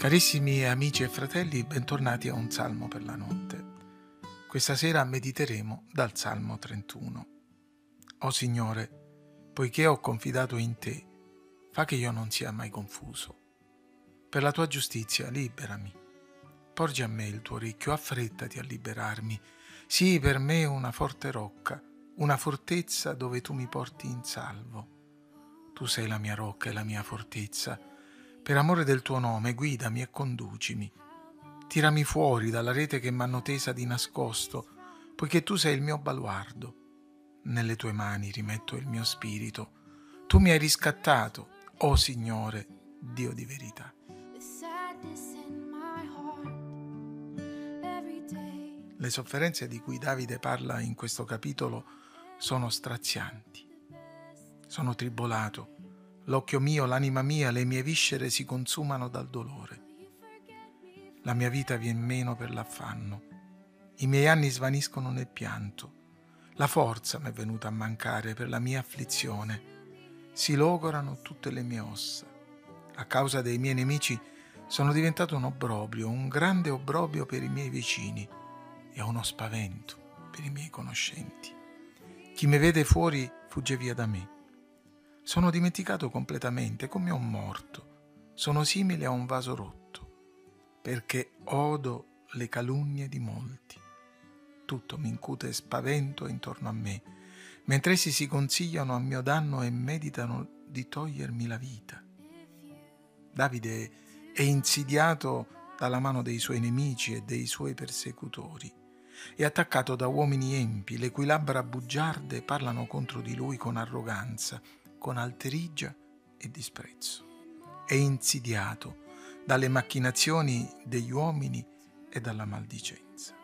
Carissimi amici e fratelli, bentornati a un salmo per la notte. Questa sera mediteremo dal Salmo 31. O Signore, poiché ho confidato in te, fa che io non sia mai confuso. Per la tua giustizia liberami. Porgi a me il tuo orecchio, affrettati a liberarmi. Sii per me una forte rocca, una fortezza dove tu mi porti in salvo. Tu sei la mia rocca e la mia fortezza. Per amore del tuo nome, guidami e conducimi. Tirami fuori dalla rete che m'hanno tesa di nascosto, poiché tu sei il mio baluardo. Nelle tue mani rimetto il mio spirito. Tu mi hai riscattato, o Signore, Dio di verità. Le sofferenze di cui Davide parla in questo capitolo sono strazianti. Sono tribolato. L'occhio mio, l'anima mia, le mie viscere si consumano dal dolore. La mia vita vien meno per l'affanno. I miei anni svaniscono nel pianto. La forza m'è venuta a mancare per la mia afflizione. Si logorano tutte le mie ossa. A causa dei miei nemici sono diventato un obbrobrio, un grande obbrobrio per i miei vicini e uno spavento per i miei conoscenti. Chi mi vede fuori fugge via da me. Sono dimenticato completamente come un morto. Sono simile a un vaso rotto, perché odo le calunnie di molti. Tutto mi incute spavento intorno a me, mentre essi si consigliano a mio danno e meditano di togliermi la vita. Davide è insidiato dalla mano dei suoi nemici e dei suoi persecutori. È attaccato da uomini empi, le cui labbra bugiarde parlano contro di lui con arroganza, con alterigia e disprezzo. È insidiato dalle macchinazioni degli uomini e dalla maldicenza.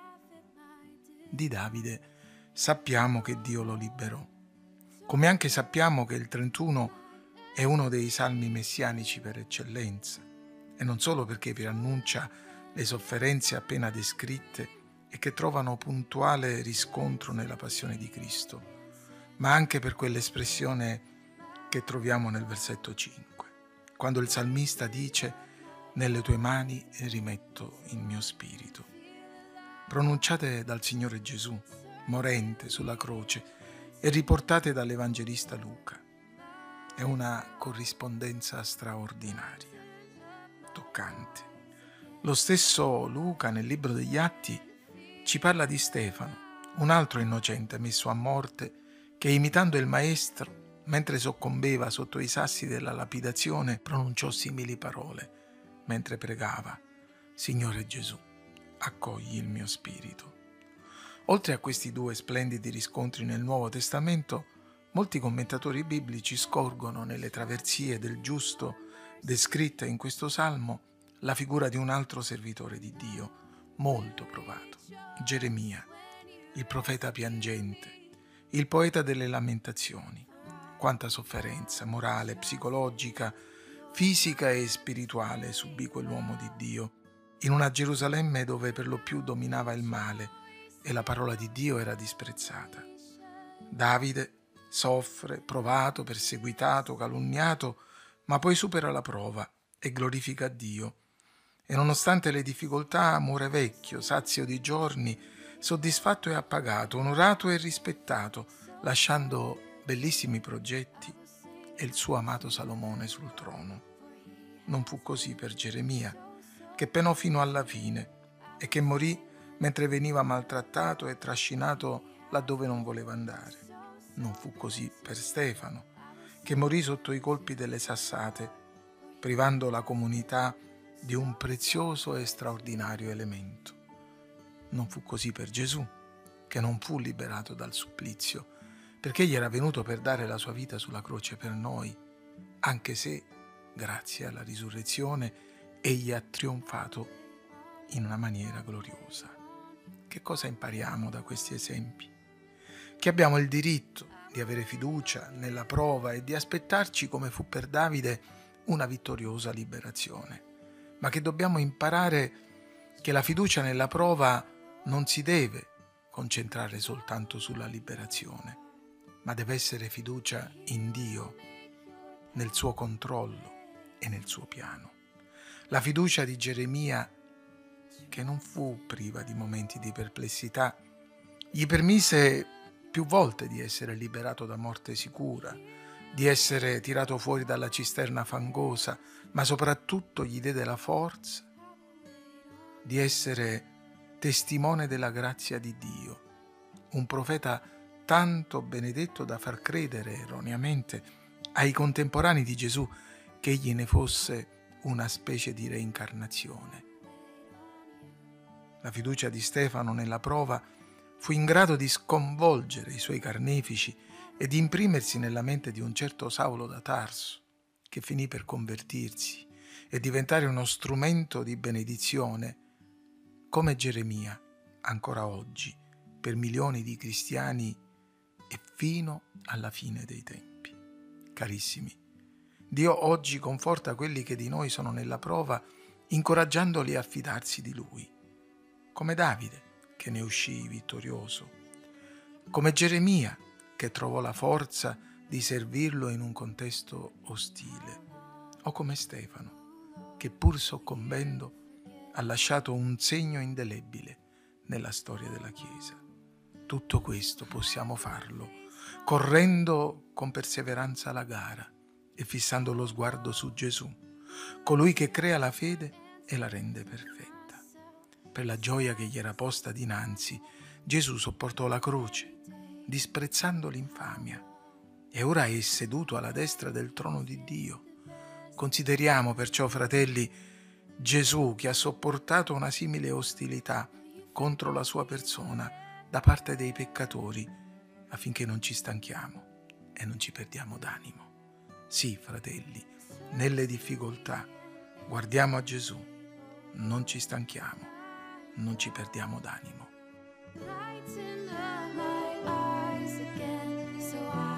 Di Davide sappiamo che Dio lo liberò, come anche sappiamo che il 31 è uno dei salmi messianici per eccellenza, e non solo perché vi annuncia le sofferenze appena descritte e che trovano puntuale riscontro nella passione di Cristo, ma anche per quell'espressione che troviamo nel versetto 5, quando il salmista dice: «Nelle tue mani rimetto il mio spirito», pronunciate dal Signore Gesù, morente sulla croce, e riportate dall'Evangelista Luca. È una corrispondenza straordinaria, toccante. Lo stesso Luca, nel libro degli Atti, ci parla di Stefano, un altro innocente messo a morte, che imitando il maestro, mentre soccombeva sotto i sassi della lapidazione, pronunciò simili parole mentre pregava: «Signore Gesù, accogli il mio spirito». Oltre a questi due splendidi riscontri nel Nuovo Testamento, molti commentatori biblici scorgono nelle traversie del giusto descritte in questo salmo la figura di un altro servitore di Dio, molto provato, Geremia, il profeta piangente, il poeta delle lamentazioni. Quanta sofferenza morale, psicologica, fisica e spirituale subì quell'uomo di Dio, in una Gerusalemme dove per lo più dominava il male e la parola di Dio era disprezzata. Davide soffre, provato, perseguitato, calunniato, ma poi supera la prova e glorifica Dio. E nonostante le difficoltà muore vecchio, sazio di giorni, soddisfatto e appagato, onorato e rispettato, lasciando bellissimi progetti e il suo amato Salomone sul trono. Non fu così per Geremia, che penò fino alla fine e che morì mentre veniva maltrattato e trascinato laddove non voleva andare. Non fu così per Stefano, che morì sotto i colpi delle sassate, privando la comunità di un prezioso e straordinario elemento. Non fu così per Gesù, che non fu liberato dal supplizio, perché egli era venuto per dare la sua vita sulla croce per noi, anche se, grazie alla risurrezione, egli ha trionfato in una maniera gloriosa. Che cosa impariamo da questi esempi? Che abbiamo il diritto di avere fiducia nella prova e di aspettarci, come fu per Davide, una vittoriosa liberazione, ma che dobbiamo imparare che la fiducia nella prova non si deve concentrare soltanto sulla liberazione, ma deve essere fiducia in Dio, nel suo controllo e nel suo piano. La fiducia di Geremia, che non fu priva di momenti di perplessità, gli permise più volte di essere liberato da morte sicura, di essere tirato fuori dalla cisterna fangosa, ma soprattutto gli diede la forza di essere testimone della grazia di Dio, un profeta tanto benedetto da far credere erroneamente ai contemporanei di Gesù che egli ne fosse una specie di reincarnazione. La fiducia di Stefano nella prova fu in grado di sconvolgere i suoi carnefici e di imprimersi nella mente di un certo Saulo da Tarso, che finì per convertirsi e diventare uno strumento di benedizione, come Geremia, ancora oggi, per milioni di cristiani e fino alla fine dei tempi. Carissimi, Dio oggi conforta quelli che di noi sono nella prova, incoraggiandoli a fidarsi di Lui, come Davide, che ne uscì vittorioso, come Geremia, che trovò la forza di servirlo in un contesto ostile, o come Stefano, che pur soccombendo ha lasciato un segno indelebile nella storia della Chiesa. Tutto questo possiamo farlo correndo con perseveranza la gara e fissando lo sguardo su Gesù, colui che crea la fede e la rende perfetta. Per la gioia che gli era posta dinanzi, Gesù sopportò la croce, disprezzando l'infamia, e ora è seduto alla destra del trono di Dio. Consideriamo perciò, fratelli, Gesù che ha sopportato una simile ostilità contro la sua persona da parte dei peccatori, affinché non ci stanchiamo e non ci perdiamo d'animo. Sì, fratelli, nelle difficoltà guardiamo a Gesù, non ci stanchiamo, non ci perdiamo d'animo.